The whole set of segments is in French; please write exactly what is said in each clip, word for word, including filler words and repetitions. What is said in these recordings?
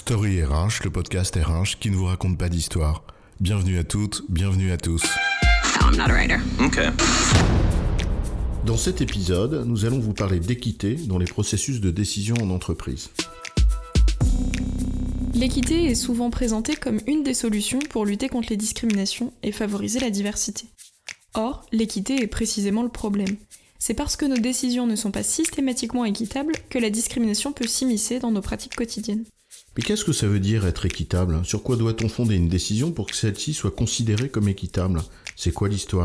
Story R H, le podcast R H qui ne vous raconte pas d'histoire. Bienvenue à toutes, bienvenue à tous. No, I'm not a writer. Okay. Dans cet épisode, nous allons vous parler d'équité dans les processus de décision en entreprise. L'équité est souvent présentée comme une des solutions pour lutter contre les discriminations et favoriser la diversité. Or, l'équité est précisément le problème. C'est parce que nos décisions ne sont pas systématiquement équitables que la discrimination peut s'immiscer dans nos pratiques quotidiennes. Mais qu'est-ce que ça veut dire être équitable ? Sur quoi doit-on fonder une décision pour que celle-ci soit considérée comme équitable ? C'est quoi l'histoire ?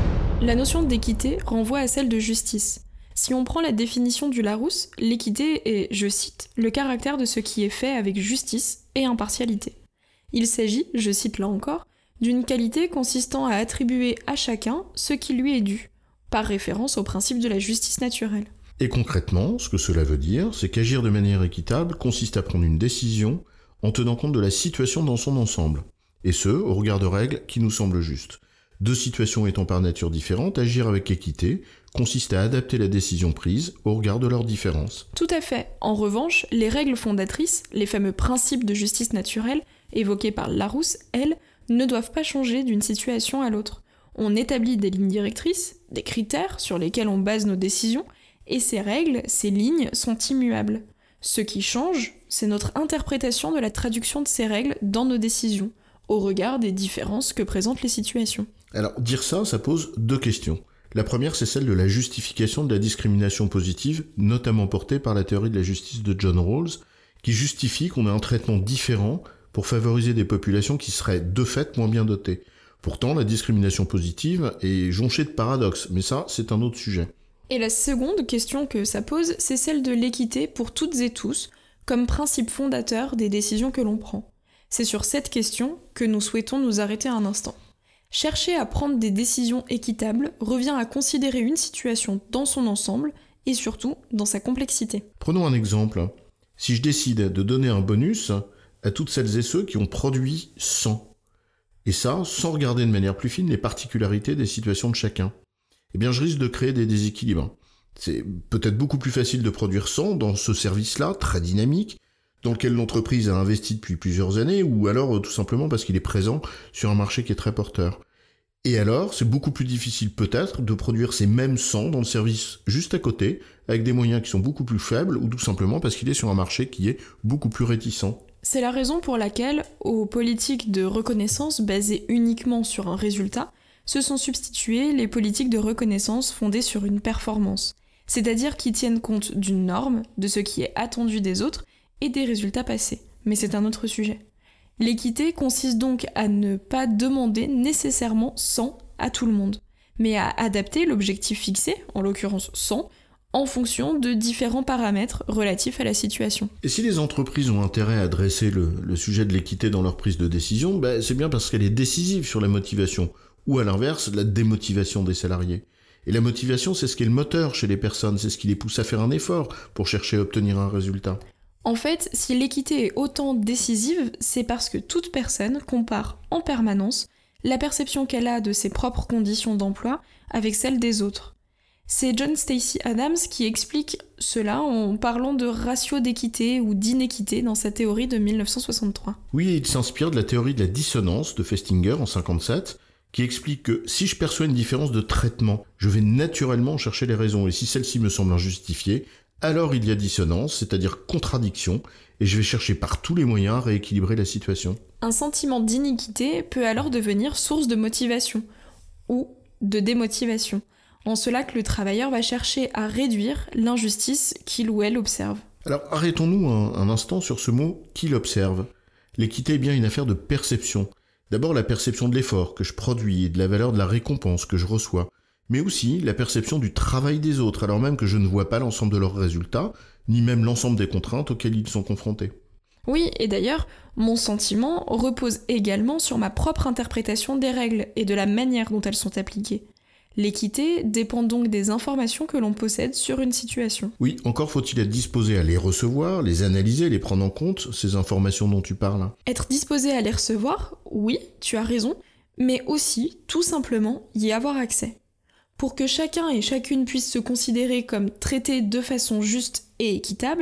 La notion d'équité renvoie à celle de justice. Si on prend la définition du Larousse, l'équité est, je cite, le caractère de ce qui est fait avec justice et impartialité. Il s'agit, je cite là encore, d'une qualité consistant à attribuer à chacun ce qui lui est dû, par référence au principe de la justice naturelle. Et concrètement, ce que cela veut dire, c'est qu'agir de manière équitable consiste à prendre une décision en tenant compte de la situation dans son ensemble, et ce, au regard de règles qui nous semblent justes. Deux situations étant par nature différentes, agir avec équité consiste à adapter la décision prise au regard de leurs différences. Tout à fait. En revanche, les règles fondatrices, les fameux principes de justice naturelle, évoqués par Larousse, elles, ne doivent pas changer d'une situation à l'autre. On établit des lignes directrices, des critères sur lesquels on base nos décisions, et ces règles, ces lignes, sont immuables. Ce qui change, c'est notre interprétation de la traduction de ces règles dans nos décisions, au regard des différences que présentent les situations. Alors, dire ça, ça pose deux questions. La première, c'est celle de la justification de la discrimination positive, notamment portée par la théorie de la justice de John Rawls, qui justifie qu'on ait un traitement différent pour favoriser des populations qui seraient de fait moins bien dotées. Pourtant, la discrimination positive est jonchée de paradoxes, mais ça, c'est un autre sujet. Et la seconde question que ça pose, c'est celle de l'équité pour toutes et tous, comme principe fondateur des décisions que l'on prend. C'est sur cette question que nous souhaitons nous arrêter un instant. Chercher à prendre des décisions équitables revient à considérer une situation dans son ensemble et surtout dans sa complexité. Prenons un exemple. Si je décide de donner un bonus à toutes celles et ceux qui ont produit cent, et ça sans regarder de manière plus fine les particularités des situations de chacun, eh bien je risque de créer des déséquilibres. C'est peut-être beaucoup plus facile de produire cent dans ce service-là, très dynamique, dans lequel l'entreprise a investi depuis plusieurs années, ou alors tout simplement parce qu'il est présent sur un marché qui est très porteur. Et alors, c'est beaucoup plus difficile peut-être de produire ces mêmes cent dans le service juste à côté, avec des moyens qui sont beaucoup plus faibles, ou tout simplement parce qu'il est sur un marché qui est beaucoup plus réticent. C'est la raison pour laquelle, aux politiques de reconnaissance basées uniquement sur un résultat, se sont substituées les politiques de reconnaissance fondées sur une performance, c'est-à-dire qui tiennent compte d'une norme, de ce qui est attendu des autres, et des résultats passés. Mais c'est un autre sujet. L'équité consiste donc à ne pas demander nécessairement cent à tout le monde, mais à adapter l'objectif fixé, en l'occurrence cent, en fonction de différents paramètres relatifs à la situation. Et si les entreprises ont intérêt à adresser le, le sujet de l'équité dans leur prise de décision, ben c'est bien parce qu'elle est décisive sur la motivation, ou à l'inverse, la démotivation des salariés. Et la motivation, c'est ce qui est le moteur chez les personnes, c'est ce qui les pousse à faire un effort pour chercher à obtenir un résultat. En fait, si l'équité est autant décisive, c'est parce que toute personne compare en permanence la perception qu'elle a de ses propres conditions d'emploi avec celles des autres. C'est John Stacey Adams qui explique cela en parlant de ratio d'équité ou d'inéquité dans sa théorie de dix-neuf cent soixante-trois. Oui, il s'inspire de la théorie de la dissonance de Festinger en cinquante-sept, qui explique que si je perçois une différence de traitement, je vais naturellement chercher les raisons, et si celle-ci me semble injustifiée, alors il y a dissonance, c'est-à-dire contradiction, et je vais chercher par tous les moyens à rééquilibrer la situation. Un sentiment d'iniquité peut alors devenir source de motivation, ou de démotivation, en cela que le travailleur va chercher à réduire l'injustice qu'il ou elle observe. Alors arrêtons-nous un, un instant sur ce mot « qu'il observe ». L'équité est bien une affaire de perception. D'abord la perception de l'effort que je produis et de la valeur de la récompense que je reçois, mais aussi la perception du travail des autres, alors même que je ne vois pas l'ensemble de leurs résultats, ni même l'ensemble des contraintes auxquelles ils sont confrontés. Oui, et d'ailleurs, mon sentiment repose également sur ma propre interprétation des règles et de la manière dont elles sont appliquées. L'équité dépend donc des informations que l'on possède sur une situation. Oui, encore faut-il être disposé à les recevoir, les analyser, les prendre en compte, ces informations dont tu parles. Être disposé à les recevoir, oui, tu as raison, mais aussi, tout simplement, y avoir accès. Pour que chacun et chacune puisse se considérer comme traité de façon juste et équitable,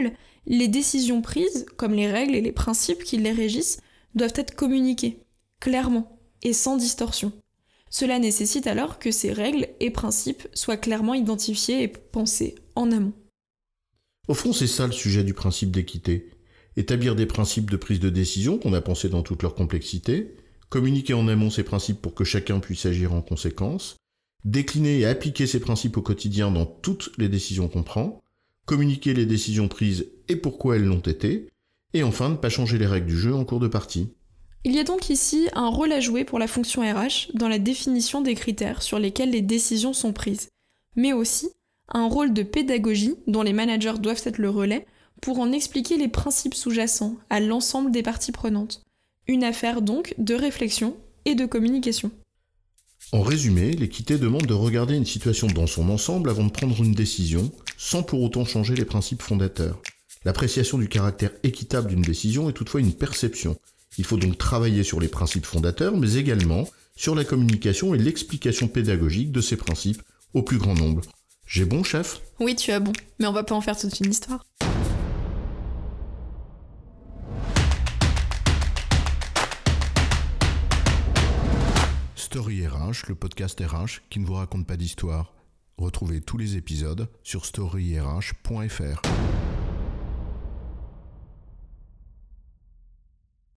Les décisions prises, comme les règles et les principes qui les régissent, doivent être communiquées, clairement et sans distorsion. Cela nécessite alors que ces règles et principes soient clairement identifiés et pensés en amont. Au fond, c'est ça le sujet du principe d'équité. Établir des principes de prise de décision qu'on a pensés dans toute leur complexité, communiquer en amont ces principes pour que chacun puisse agir en conséquence, décliner et appliquer ces principes au quotidien dans toutes les décisions qu'on prend, communiquer les décisions prises et pourquoi elles l'ont été, et enfin ne pas changer les règles du jeu en cours de partie. Il y a donc ici un rôle à jouer pour la fonction R H dans la définition des critères sur lesquels les décisions sont prises, mais aussi un rôle de pédagogie dont les managers doivent être le relais pour en expliquer les principes sous-jacents à l'ensemble des parties prenantes. Une affaire donc de réflexion et de communication. En résumé, l'équité demande de regarder une situation dans son ensemble avant de prendre une décision, sans pour autant changer les principes fondateurs. L'appréciation du caractère équitable d'une décision est toutefois une perception. Il faut donc travailler sur les principes fondateurs, mais également sur la communication et l'explication pédagogique de ces principes au plus grand nombre. J'ai bon, chef ? Oui, tu as bon, mais on va pas en faire toute une histoire. Story R H, le podcast R H qui ne vous raconte pas d'histoire. Retrouvez tous les épisodes sur story r h point f r.